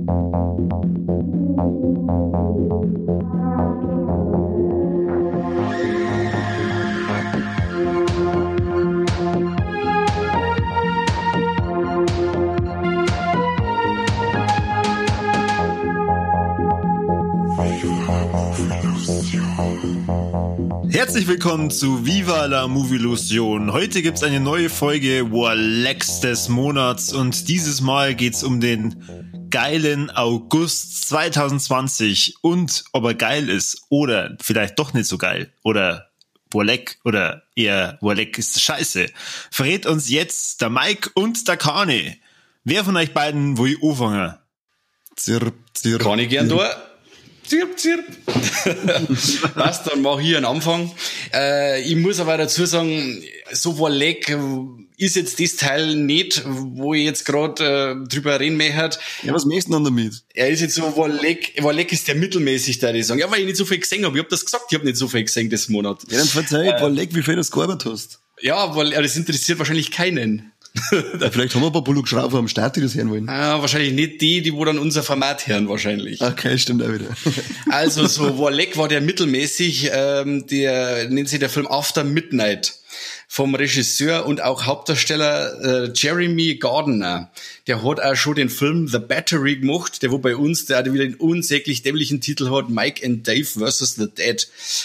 Herzlich willkommen zu Viva la Movielusion. Heute gibt's eine neue Folge Warlex des Monats und dieses Mal geht's um den geilen August 2020 und ob er geil ist oder vielleicht doch nicht so geil oder Warleck oder eher Warleck ist scheiße. Verrät uns jetzt der Mike und der Kani. Wer von euch beiden will anfangen? Zirp, zirp. Kann ich gern da. Zirp, zirp. Was, dann mach ich einen Anfang. Ich muss aber dazu sagen, so Warleck ist jetzt das Teil nicht, wo ich jetzt gerade drüber reden möchte. Ja, was möchtest du denn damit? Er ist jetzt so Warleck ist der mittelmäßig, da ich sagen. Ja, weil ich nicht so viel gesehen habe. Ich habe das gesagt, ich habe nicht so viel gesehen das Monat. Ja, dann verzeih, Warleck, wie viel du gearbeitet hast. Ja, weil das interessiert wahrscheinlich keinen. Ja, vielleicht haben wir ein paar Bullock-Schrauber am Start, die das hören wollen. Ah, wahrscheinlich nicht die wo dann unser Format hören, wahrscheinlich. Okay, stimmt auch wieder. Also so Warleck war der mittelmäßig, der nennt sich der Film After Midnight vom Regisseur und auch Hauptdarsteller Jeremy Gardner. Der hat auch schon den Film The Battery gemacht, der wo bei uns, der wieder den unsäglich dämlichen Titel hat, Mike and Dave vs. The Dead.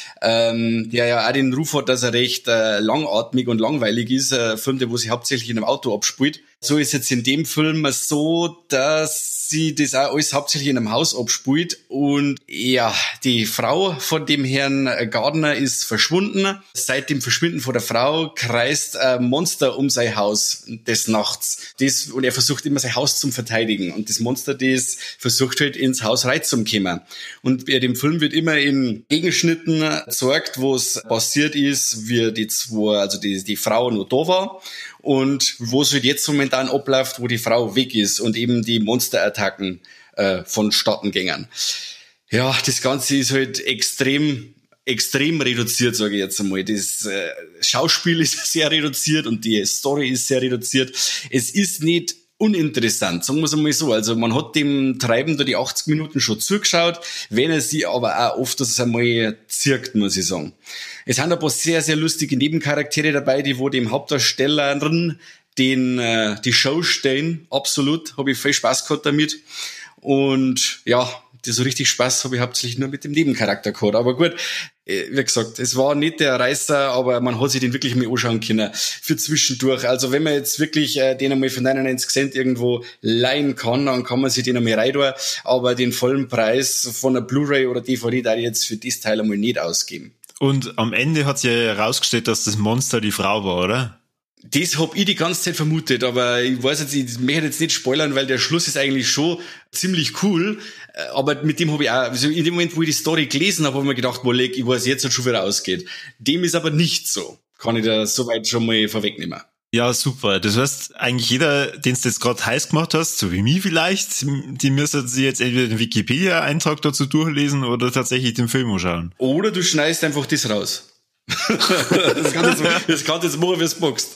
Der ja auch den Ruf hat, dass er recht langatmig und langweilig ist. Ein Film, der wo sich hauptsächlich in einem Auto abspielt. So ist jetzt in dem Film so, dass sie das auch alles hauptsächlich in einem Haus abspielt. Und ja, die Frau von dem Herrn Gardner ist verschwunden. Seit dem Verschwinden von der Frau kreist ein Monster um sein Haus des Nachts. Und er versucht immer sein Haus zu verteidigen. Und das Monster, das versucht halt ins Haus reinzukommen. Und bei dem Film wird immer in Gegenschnitten gezeigt, wo es passiert ist, wie die zwei, also die Frau noch da war. Und wo es halt jetzt momentan abläuft, wo die Frau weg ist und eben die Monsterattacken vonstatten gingen. Ja, das Ganze ist halt extrem reduziert, sage ich jetzt einmal. Das Schauspiel ist sehr reduziert und die Story ist sehr reduziert. Es ist nicht uninteressant, sagen wir es einmal so. Also man hat dem Treiben da die 80 Minuten schon zugeschaut, wenn er sie aber auch oft das einmal zirkt, muss ich sagen. Es sind ein paar sehr, sehr lustige Nebencharaktere dabei, die wo dem Hauptdarstellerin die Show stellen. Absolut, habe ich viel Spaß gehabt damit. Und ja, so richtig Spaß habe ich hauptsächlich nur mit dem Nebencharakter gehabt. Aber gut, wie gesagt, es war nicht der Reißer, aber man hat sich den wirklich mal anschauen können für zwischendurch. Also wenn man jetzt wirklich den einmal für 99 Cent irgendwo leihen kann, dann kann man sich den einmal reintun. Aber den vollen Preis von einer Blu-ray oder DVD darf ich jetzt für das Teil einmal nicht ausgeben. Und am Ende hat sich ja herausgestellt, dass das Monster die Frau war, oder? Das hab ich die ganze Zeit vermutet, aber ich weiß jetzt, ich möchte jetzt nicht spoilern, weil der Schluss ist eigentlich schon ziemlich cool, aber mit dem habe ich auch, also in dem Moment, wo ich die Story gelesen habe ich mir gedacht, Warleck, ich weiß jetzt schon, wie er ausgeht. Dem ist aber nicht so. Kann ich da soweit schon mal vorwegnehmen. Ja, super. Das heißt, eigentlich jeder, den du jetzt gerade heiß gemacht hast, so wie mich vielleicht, die müssen sich jetzt entweder den Wikipedia-Eintrag dazu durchlesen oder tatsächlich den Film anschauen. Oder du schneidest einfach das raus. das kannst du jetzt machen, wie du es magst.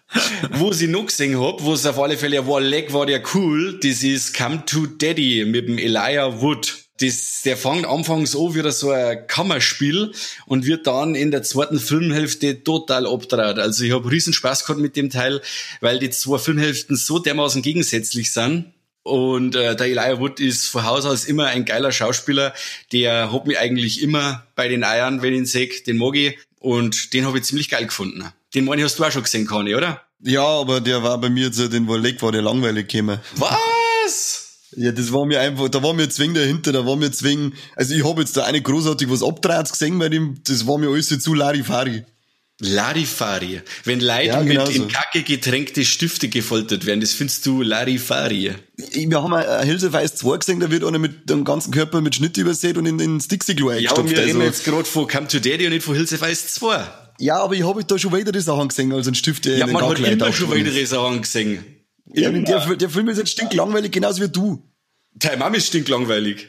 Wo ich noch gesehen hab, wo es auf alle Fälle Warleck war, der cool, das ist Come to Daddy mit dem Elijah Wood. Der fängt anfangs an wie so ein Kammerspiel und wird dann in der zweiten Filmhälfte total abgedreht. Also ich habe riesen Spaß gehabt mit dem Teil, weil die zwei Filmhälften so dermaßen gegensätzlich sind. Und der Elijah Wood ist von Haus aus immer ein geiler Schauspieler. Der hat mich eigentlich immer bei den Eiern, wenn ich ihn sehe, den mag ich. Und den habe ich ziemlich geil gefunden. Den meine ich, hast du auch schon gesehen, Conny, oder? Ja, aber der war bei mir jetzt, den Warleck war der langweilig gekommen. Was? Ja, das war mir einfach, da war mir zwingend dahinter, also ich habe jetzt da auch nicht großartig was abgedreht gesehen bei dem, das war mir alles zu Larifari. Larifari. Wenn Leute ja, genau mit in Kacke getränkte Stifte gefoltert werden, das findest du Larifari. Wir haben ein Hilsefeist 2 gesehen, da wird einer mit dem ganzen Körper mit Schnitt übersät und in den Sticksiglo eingestopft. Ja, und wir reden jetzt gerade von Come to Daddy und nicht von Hilsefeist 2. Ja, aber ich habe da schon weitere Sachen gesehen als ein Stift, der ja, in den man hat Gangleiter immer schon weitere Sachen gesehen. Ja, der Film ist jetzt stinklangweilig, genauso wie du. Deine Mama ist stinklangweilig.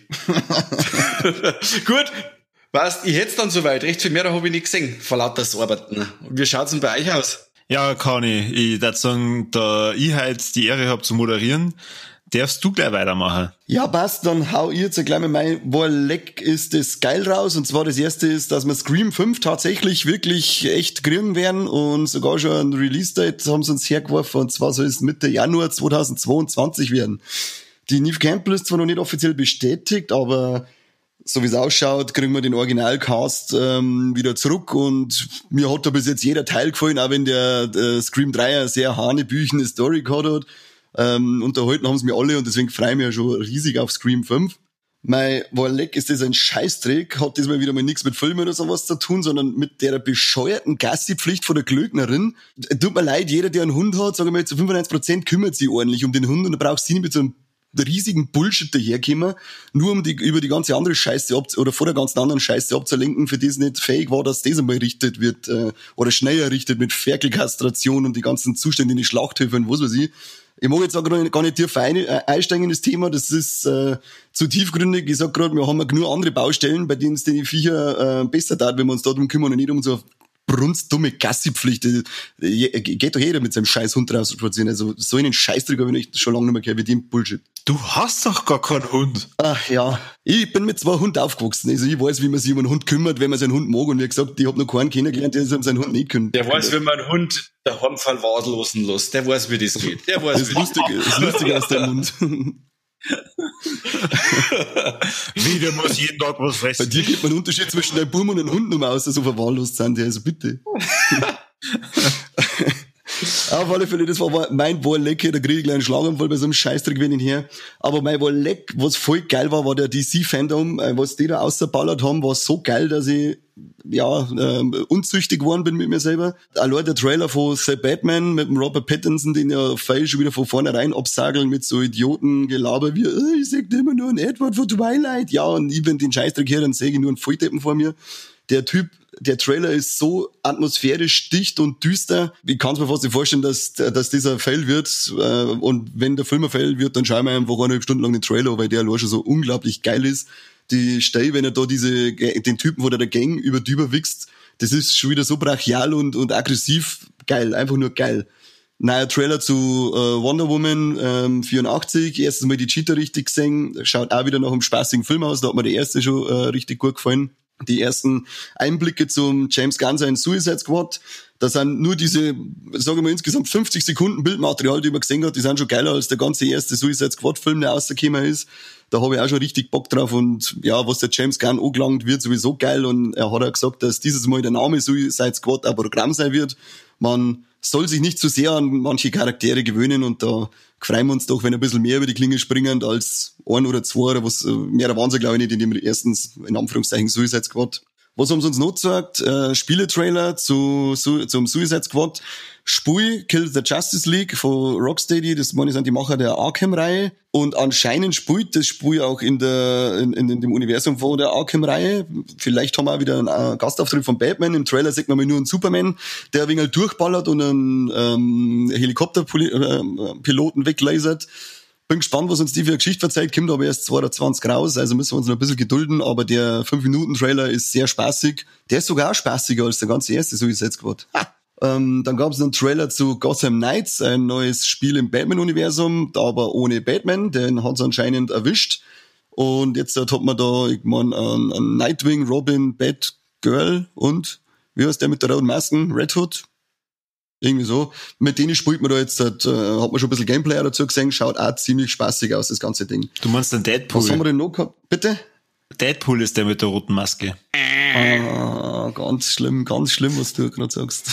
Gut. Weißt, ich hätte es dann soweit. Recht viel mehr habe ich nicht gesehen, vor lauter Arbeiten. Wie schaut's denn bei euch aus? Ja, Conny, ich würde sagen, da ich halt die Ehre habe zu moderieren, darfst du gleich weitermachen. Ja, passt, dann hau ich jetzt gleich mal mein Leck ist das geil raus. Und zwar das erste ist, dass wir Scream 5 tatsächlich wirklich echt kriegen werden und sogar schon ein Release-Date haben sie uns hergeworfen, und zwar soll es Mitte Januar 2022 werden. Die Neve Campbell ist zwar noch nicht offiziell bestätigt, aber so wie es ausschaut, kriegen wir den Originalcast wieder zurück, und mir hat da bis jetzt jeder Teil gefallen, auch wenn der Scream 3 eine sehr hanebüchene Story gehabt hat. Unterhalten haben sie mir alle, und deswegen freue ich mich ja schon riesig auf Scream 5. Mein Leck ist das ein Scheißdreck, hat diesmal wieder mal nichts mit Filmen oder sowas zu tun, sondern mit der bescheuerten Gassi-Pflicht von der Glöcknerin. Tut mir leid, jeder, der einen Hund hat, sagen wir mal, zu 95% kümmert sich ordentlich um den Hund, und da brauchst du nicht mit so einem riesigen Bullshit daherkommen, nur um über die ganze andere Scheiße oder vor der ganzen anderen Scheiße abzulenken, für die es nicht fähig war, dass das einmal errichtet wird, oder schnell errichtet mit Ferkelkastration und die ganzen Zustände in die Schlachthöfe und was weiß ich. Ich mag jetzt auch gar nicht tief einsteigen in das Thema, das ist zu tiefgründig. Ich sag gerade, wir haben ja genug andere Baustellen, bei denen es die Viecher besser tat, wenn wir uns darum kümmern und nicht um so brunstdumme Gassi-Pflicht. Geht doch jeder mit seinem scheiß Hund raus spazieren. Also so einen Scheißdreck habe ich schon lange nicht mehr gehört, wie dem Bullshit. Du hast doch gar keinen Hund. Ach ja, ich bin mit 2 Hunden aufgewachsen. Also ich weiß, wie man sich um einen Hund kümmert, wenn man seinen Hund mag. Und wie gesagt, ich habe noch keinen kennengelernt, der sich um seinen Hund nicht kümmert. Der weiß, wenn man einen Hund daheim verwahrlosen lässt. Der weiß, wie das geht. Der weiß, das ist lustig aus dem Mund. Wie, der muss jeden Tag was fressen. Bei dir gibt man einen Unterschied zwischen einem Buben und einem Hund nur aus, so verwahrlost sind die, also bitte. Auf alle Fälle, das war mein Leck, da kriege ich gleich einen Schlaganfall bei so einem Scheißdreck wenn ich her. Aber mein Leck, was voll geil war der DC-Fandom, was die da ausgeballert haben, war so geil, dass ich unzüchtig geworden bin mit mir selber. Allein der Trailer von The Batman mit dem Robert Pattinson, den ja Faye schon wieder von vornherein absageln mit so Idiotengelaber wie, ich sag dir immer nur ein Edward von Twilight. Ja, und ich bin den Scheißdreck her, dann sehe ich nur einen Volldeppen vor mir. Der Trailer ist so atmosphärisch dicht und düster. Ich kann es mir fast nicht vorstellen, dass dieser Fail wird. Und wenn der Film ein Fail wird, dann schauen wir einfach 1,5 Stunden lang den Trailer, weil der allein schon so unglaublich geil ist. Die Stelle, wenn er da den Typen von der Gang über die überwichst, das ist schon wieder so brachial und aggressiv geil. Einfach nur geil. Neuer Trailer zu Wonder Woman 84. Erstens mal die Cheetah richtig gesehen. Schaut auch wieder nach einem spaßigen Film aus. Da hat mir der erste schon richtig gut gefallen. Die ersten Einblicke zum James Gunn sein Suicide Squad, da sind nur diese, sagen wir insgesamt 50 Sekunden Bildmaterial, die man gesehen hat, die sind schon geiler als der ganze erste Suicide Squad Film, der rausgekommen ist. Da habe ich auch schon richtig Bock drauf, und ja, was der James Gunn angelangt, wird sowieso geil, und er hat auch gesagt, dass dieses Mal der Name Suicide Squad ein Programm sein wird. Man soll sich nicht zu sehr an manche Charaktere gewöhnen, und da freuen wir uns doch, wenn ein bisschen mehr über die Klinge springen als 1 oder 2 oder was, mehr waren sie glaube ich nicht in dem ersten, in Anführungszeichen, Suicide Squad. Was haben sie uns noch gesagt? Spieletrailer zum Suicide Squad. Spui, Kill the Justice League von Rocksteady, das meine ich sind die Macher der Arkham-Reihe. Und anscheinend spielt das Spiel auch in dem Universum von der Arkham-Reihe. Vielleicht haben wir auch wieder einen Gastauftritt von Batman. Im Trailer sieht man mal nur einen Superman, der ein wenig durchballert und einen Helikopterpiloten weglasert. Bin gespannt, was uns die für eine Geschichte verzeiht. Kommt aber erst 2020 raus, also müssen wir uns noch ein bisschen gedulden. Aber der 5-Minuten-Trailer ist sehr spaßig. Der ist sogar auch spaßiger als der ganze erste Suicide Squad. Dann gab es einen Trailer zu Gotham Knights, ein neues Spiel im Batman-Universum, aber ohne Batman. Den hat es anscheinend erwischt. Und jetzt hat man da, ich meine, einen Nightwing, Robin, Batgirl und, wie heißt der mit der roten Masken? Red Hood? Irgendwie so. Mit denen spielt man da jetzt, hat man schon ein bisschen Gameplay dazu gesehen, schaut auch ziemlich spaßig aus, das ganze Ding. Du meinst den Deadpool? Was haben wir denn noch gehabt? Bitte? Deadpool ist der mit der roten Maske. Ah, ganz schlimm, was du gerade sagst.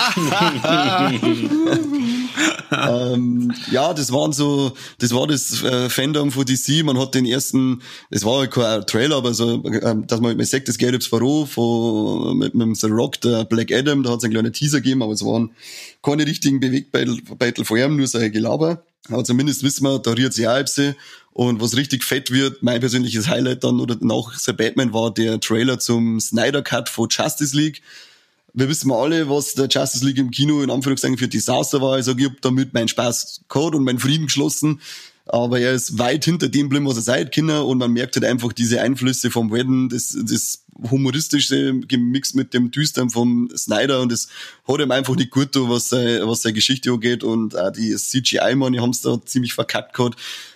Ja, das war das Fandom von DC. Man hat den ersten, das war halt kein Trailer, aber so, dass man sagt, das geht jetzt mit The Rock, der Black Adam, da hat es einen kleinen Teaser gegeben, aber es waren keine richtigen Bewegtbeitel vor ihm, nur so ein Gelaber. Aber zumindest wissen wir, da rührt sich auch ein bisschen. Und was richtig fett wird, mein persönliches Highlight dann oder nach The Batman war der Trailer zum Snyder Cut von Justice League. Wir wissen alle, was der Justice League im Kino in Anführungszeichen für Desaster war. Also ich habe damit meinen Spaß gehabt und meinen Frieden geschlossen. Aber er ist weit hinter dem bleiben, was er sein kann. Und man merkt halt einfach diese Einflüsse vom Whedon, das humoristische gemixt mit dem Düstern vom Snyder. Und das hat ihm einfach nicht gut, was seine Geschichte angeht. Und auch die CGI, man, die haben es da ziemlich verkackt gehabt.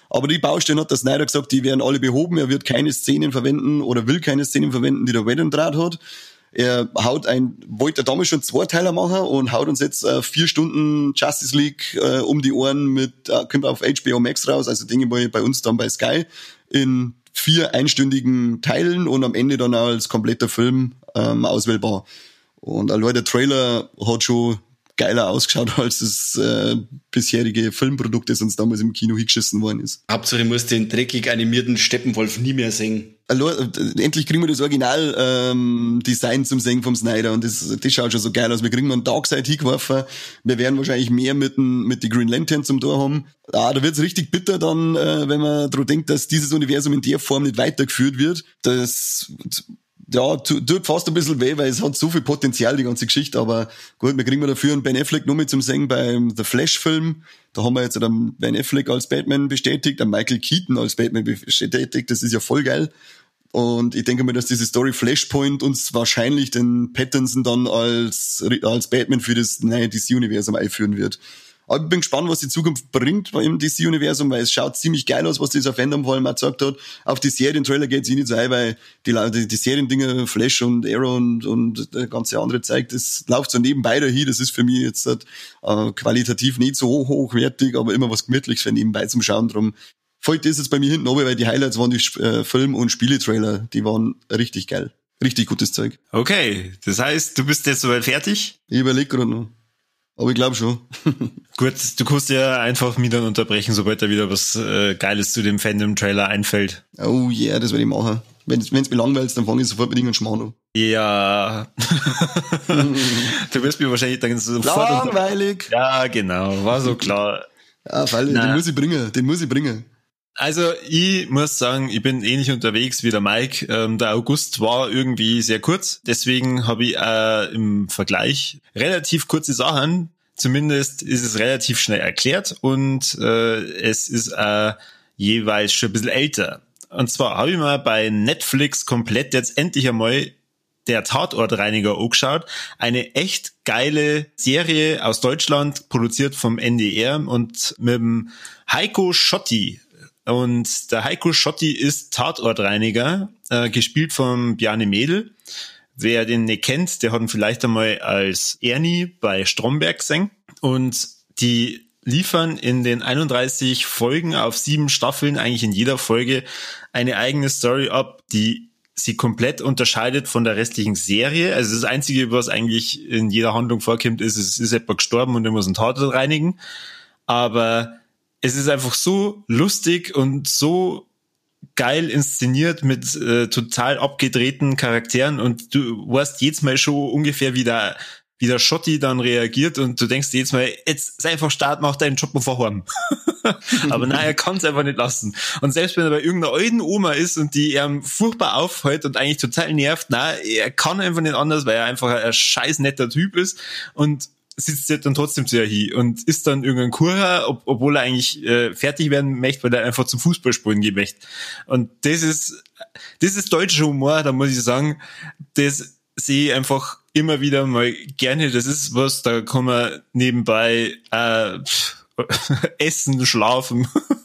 Aber die Baustellen hat der Snyder gesagt, die werden alle behoben. Er wird keine Szenen verwenden oder will keine Szenen verwenden, die der Whedon draht hat. Er wollte damals schon 2 Teiler machen und haut uns jetzt 4 Stunden Justice League um die Ohren kommt auf HBO Max raus, also Dinge bei uns dann bei Sky, in 4 einstündigen Teilen und am Ende dann auch als kompletter Film auswählbar. Und allein der Trailer hat schon geiler ausgeschaut, als das bisherige Filmprodukt, das uns damals im Kino hingeschissen worden ist. Hauptsache, ich muss den dreckig animierten Steppenwolf nie mehr sehen. Endlich kriegen wir das Original-Design zum Singen vom Snyder und das schaut schon so geil aus. Wir kriegen mal einen Darkseid hingeworfen. Wir werden wahrscheinlich mehr mit den Green Lantern zum Tor haben. Da wird's richtig bitter dann, wenn man daran denkt, dass dieses Universum in der Form nicht weitergeführt wird. Das tut fast ein bisschen weh, weil es hat so viel Potenzial, die ganze Geschichte, aber gut, wir kriegen dafür einen Ben Affleck nur mit zum Singen beim The Flash-Film. Da haben wir jetzt einen Ben Affleck als Batman bestätigt, einen Michael Keaton als Batman bestätigt, das ist ja voll geil. Und ich denke mal, dass diese Story Flashpoint uns wahrscheinlich den Pattinson dann als Batman für das neue DC-Universum einführen wird. Aber ich bin gespannt, was die Zukunft bringt im DC-Universum, weil es schaut ziemlich geil aus, was dieser Fandom vor allem auch gesagt hat. Auf die Serientrailer geht es nicht so ein, weil die Seriendinger, Flash und Arrow und der ganze andere zeigt, das läuft so nebenbei dahin. Das ist für mich jetzt qualitativ nicht so hochwertig, aber immer was Gemütliches für nebenbei zum Schauen. Drum folgt das jetzt bei mir hinten runter, weil die Highlights waren die Film- und Spieletrailer. Die waren richtig geil. Richtig gutes Zeug. Okay, das heißt, du bist jetzt soweit fertig? Ich überlege gerade noch. Aber ich glaube schon. Gut, du kannst ja einfach mich dann unterbrechen, sobald da wieder was Geiles zu dem Fandom-Trailer einfällt. Oh yeah, das werde ich machen. Wenn's mich langweilt, dann fange ich sofort mit irgendeinem Schmarrn an. Ja. Du wirst mir wahrscheinlich dann sofort... Langweilig! Ja, genau, war so klar. Ja, den muss ich bringen. Also ich muss sagen, ich bin ähnlich unterwegs wie der Mike. Der August war irgendwie sehr kurz, deswegen habe ich im Vergleich relativ kurze Sachen. Zumindest ist es relativ schnell erklärt und es ist jeweils schon ein bisschen älter. Und zwar habe ich mal bei Netflix komplett jetzt endlich einmal der Tatortreiniger angeschaut. Eine echt geile Serie aus Deutschland, produziert vom NDR und mit dem Heiko Schotti. Und der Heiko Schotti ist Tatortreiniger, gespielt von Bjarne Mädel. Wer den nicht kennt, der hat ihn vielleicht einmal als Ernie bei Stromberg gesehen. Und die liefern in den 31 Folgen auf 7 Staffeln eigentlich in jeder Folge eine eigene Story ab, die sie komplett unterscheidet von der restlichen Serie. Also das Einzige, was eigentlich in jeder Handlung vorkommt, ist, es ist jemand gestorben und er muss einen Tatort reinigen. Aber es ist einfach so lustig und so geil inszeniert mit total abgedrehten Charakteren und du weißt jedes Mal schon ungefähr, wie der Schotti dann reagiert und du denkst jedes Mal, jetzt sei einfach Start, mach deinen Job bevor heim. Aber nein, er kann es einfach nicht lassen. Und selbst wenn er bei irgendeiner alten Oma ist und die ihm furchtbar aufhält und eigentlich total nervt, nein, er kann einfach nicht anders, weil er einfach ein scheiß netter Typ ist und sitzt dann trotzdem zu ihr hin und ist dann irgendein Kurer, obwohl er eigentlich fertig werden möchte, weil er einfach zum Fußballspielen gehen möchte. Und das ist deutscher Humor, da muss ich sagen, das sehe ich einfach immer wieder mal gerne. Das ist was, da kann man nebenbei essen, schlafen.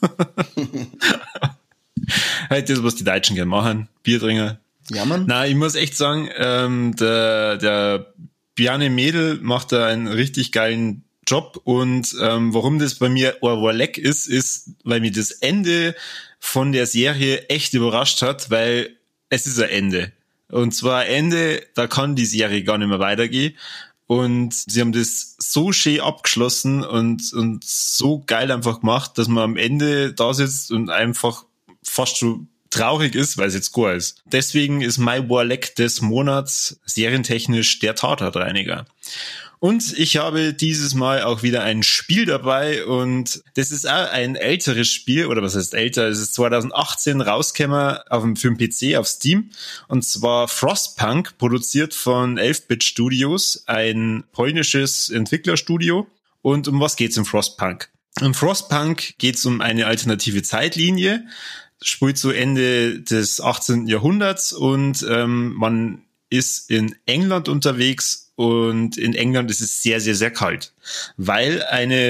Halt das, was die Deutschen gerne machen. Bier trinken. Ja, Mann. Na, ich muss echt sagen, der Bjarne Mädel macht da einen richtig geilen Job und warum das bei mir Orwalleck ist, weil mir das Ende von der Serie echt überrascht hat, weil es ist ein Ende. Und zwar ein Ende, da kann die Serie gar nicht mehr weitergehen. Und sie haben das so schön abgeschlossen und so geil einfach gemacht, dass man am Ende da sitzt und einfach fast schon traurig ist, weil es jetzt gut ist. Deswegen ist mein Warleck des Monats serientechnisch der Tatortreiniger. Und ich habe dieses Mal auch wieder ein Spiel dabei und das ist auch ein älteres Spiel, oder was heißt älter? Es ist 2018 rausgekommen für den PC auf Steam und zwar Frostpunk, produziert von 11-Bit Studios, ein polnisches Entwicklerstudio. Und um was geht's im Frostpunk? Im Frostpunk geht's um eine alternative Zeitlinie, spielt zu Ende des 18. Jahrhunderts und man ist in England unterwegs und in England ist es sehr, sehr, sehr kalt, weil eine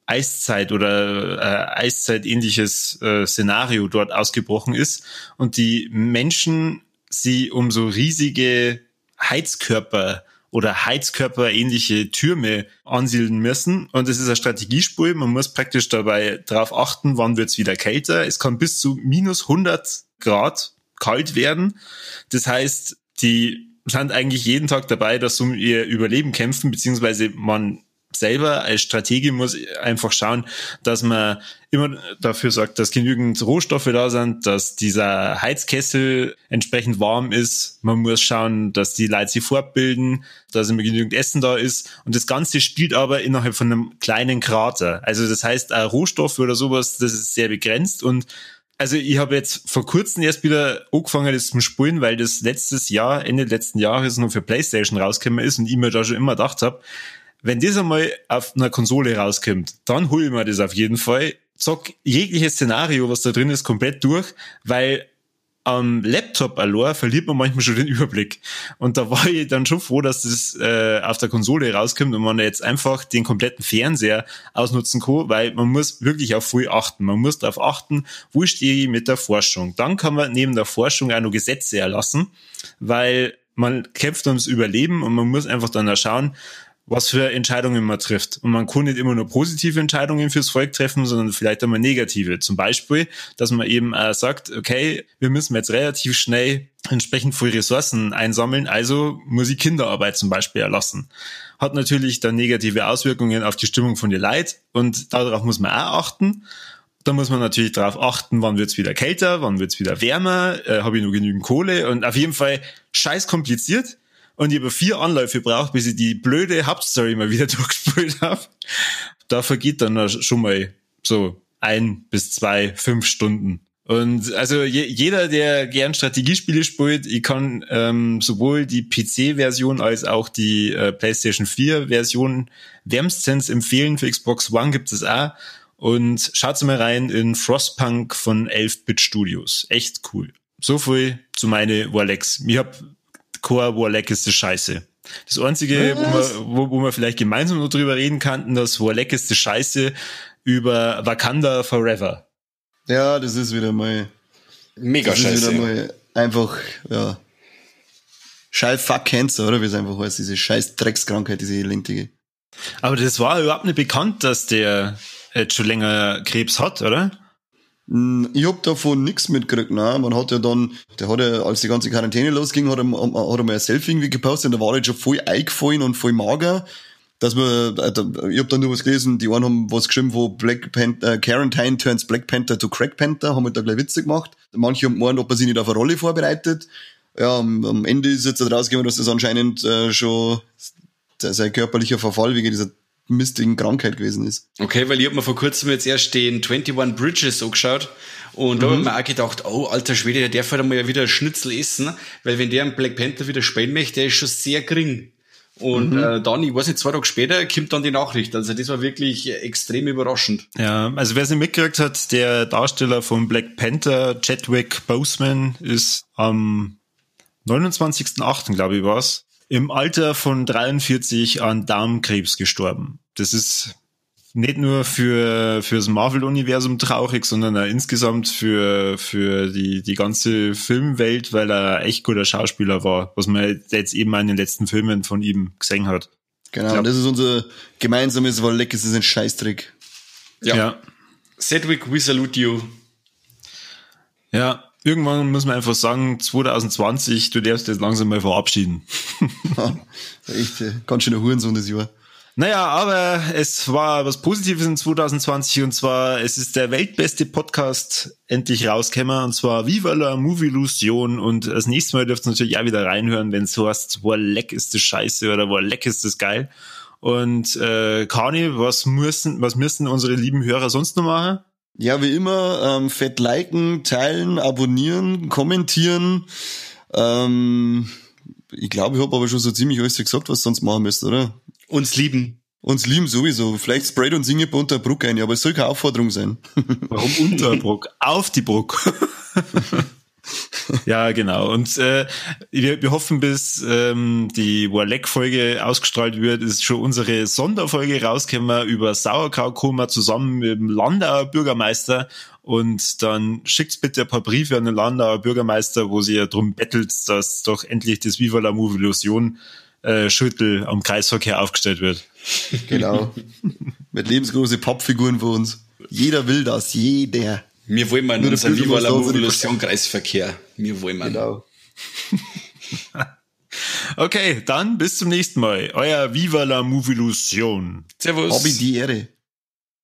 Eiszeit oder Eiszeit-ähnliches Szenario dort ausgebrochen ist und die Menschen sie um so riesige Heizkörper oder Heizkörper-ähnliche Türme ansiedeln müssen. Und es ist ein Strategiespiel. Man muss praktisch dabei darauf achten, wann wird's wieder kälter. Es kann bis zu minus 100 Grad kalt werden. Das heißt, die sind eigentlich jeden Tag dabei, dass sie um ihr Überleben kämpfen, beziehungsweise man selber als Stratege muss einfach schauen, dass man immer dafür sorgt, dass genügend Rohstoffe da sind, dass dieser Heizkessel entsprechend warm ist. Man muss schauen, dass die Leute sich fortbilden, dass immer genügend Essen da ist. Und das Ganze spielt aber innerhalb von einem kleinen Krater. Also das heißt, Rohstoffe oder sowas, das ist sehr begrenzt. Und also ich habe jetzt vor kurzem erst wieder angefangen, das zu spielen, weil das Ende letzten Jahres noch für PlayStation rausgekommen ist und ich mir da schon immer gedacht habe, wenn das einmal auf einer Konsole rauskommt, dann hole ich mir das auf jeden Fall. Zock jegliches Szenario, was da drin ist, komplett durch, weil am Laptop allein verliert man manchmal schon den Überblick. Und da war ich dann schon froh, dass das auf der Konsole rauskommt und man jetzt einfach den kompletten Fernseher ausnutzen kann, weil man muss wirklich auf viel achten. Man muss darauf achten, wo stehe ich mit der Forschung. Dann kann man neben der Forschung auch noch Gesetze erlassen, weil man kämpft ums Überleben und man muss einfach dann auch schauen, was für Entscheidungen man trifft. Und man kann nicht immer nur positive Entscheidungen fürs Volk treffen, sondern vielleicht einmal negative. Zum Beispiel, dass man eben sagt, okay, wir müssen jetzt relativ schnell entsprechend viele Ressourcen einsammeln, also muss ich Kinderarbeit zum Beispiel erlassen. Hat natürlich dann negative Auswirkungen auf die Stimmung von den Leuten und darauf muss man auch achten. Da muss man natürlich darauf achten, wann wird's wieder kälter, wann wird's wieder wärmer, habe ich noch genügend Kohle und auf jeden Fall scheiß kompliziert. Und ich habe 4 Anläufe gebraucht, bis ich die blöde Hauptstory mal wieder durchgespielt habe. Da vergeht dann schon mal so 1 bis 2, 5 Stunden. Und also jeder, der gern Strategiespiele spielt, ich kann sowohl die PC-Version als auch die PlayStation 4-Version wärmstens empfehlen. Für Xbox One gibt es auch. Und schaut mal rein in Frostpunk von 11-Bit Studios. Echt cool. So viel zu meine Warlex. Ich hab Core Warleck ist das Scheiße. Das Einzige, wo wir vielleicht gemeinsam noch drüber reden könnten, das Warleck ist das Scheiße über Wakanda Forever. Ja, das ist wieder mal mega scheiße. Das ist wieder mal einfach, ja, scheiß Fuck Cancer, oder wie es einfach heißt, diese scheiß Dreckskrankheit, diese elendige. Aber das war überhaupt nicht bekannt, dass der jetzt schon länger Krebs hat, oder? Ich hab davon nichts mitgekriegt, nein. Man hat ja dann, als die ganze Quarantäne losging, hat er mal ein Selfie irgendwie gepostet und da war er schon voll eingefallen und voll mager, dass man, ich hab dann nur was gelesen, die einen haben was geschrieben, wo Black Panther, Quarantine turns Black Panther to Crack Panther, haben halt da gleich Witze gemacht. Manche haben gemeint, ob er sich nicht auf eine Rolle vorbereitet. Ja, am Ende ist jetzt rausgekommen, dass das anscheinend schon sein körperlicher Verfall wegen dieser mistigen Krankheit gewesen ist. Okay, weil ich hab mir vor kurzem jetzt erst den 21 Bridges angeschaut und da hab ich mir auch gedacht, oh, alter Schwede, der darf halt einmal wieder Schnitzel essen, weil wenn der einen Black Panther wieder spielen möchte, der ist schon sehr gering. Und dann, ich weiß nicht, 2 Tage später kommt dann die Nachricht. Also das war wirklich extrem überraschend. Ja, also wer es nicht mitgekriegt hat, der Darsteller von Black Panther, Chadwick Boseman, ist am 29.08., glaube ich, war's, im Alter von 43 an Darmkrebs gestorben. Das ist nicht nur fürs Marvel-Universum traurig, sondern auch insgesamt für die ganze Filmwelt, weil er echt guter Schauspieler war, was man jetzt eben in den letzten Filmen von ihm gesehen hat. Genau, ja. Das ist unser gemeinsames Warleck, es ist ein Scheißtrick. Ja. Cedric, we salute you. Ja. Irgendwann muss man einfach sagen, 2020, du darfst jetzt langsam mal verabschieden. Echt, ganz schöner Hurensohn das Jahr. Naja, aber es war was Positives in 2020 und zwar, es ist der weltbeste Podcast endlich rausgekommen und zwar Viva la Movielusion und das nächste Mal dürft ihr natürlich auch wieder reinhören, wenn es so heißt, Warleck ist das Scheiße oder Warleck ist das geil. Und Kani, was müssen unsere lieben Hörer sonst noch machen? Ja, wie immer, fett liken, teilen, abonnieren, kommentieren. Ich glaube, ich habe aber schon so ziemlich alles gesagt, was ihr sonst machen müsst, oder? Uns lieben. Uns lieben sowieso. Vielleicht sprayt uns Inge bei Unterbruck ein, aber es soll keine Aufforderung sein. Warum Unterbruck? Auf die Bruck. Ja, genau. Und wir hoffen, bis die Warleck-Folge ausgestrahlt wird, ist schon unsere Sonderfolge rausgekommen über Sauerkrautkoma zusammen mit dem Landauer Bürgermeister. Und dann schickt's bitte ein paar Briefe an den Landauer Bürgermeister, wo sie ja drum bettelt, dass doch endlich das Viva la Movilusion Schüttel am Kreisverkehr aufgestellt wird. Genau. Mit lebensgroße Pappfiguren für uns. Jeder will das, jeder. Wir wollen mal unseren Viva la Movilusion Kreisverkehr. Wir wollen mal. Genau. Okay, dann bis zum nächsten Mal. Euer Viva la Movilusion. Servus. Hab ich die Ehre.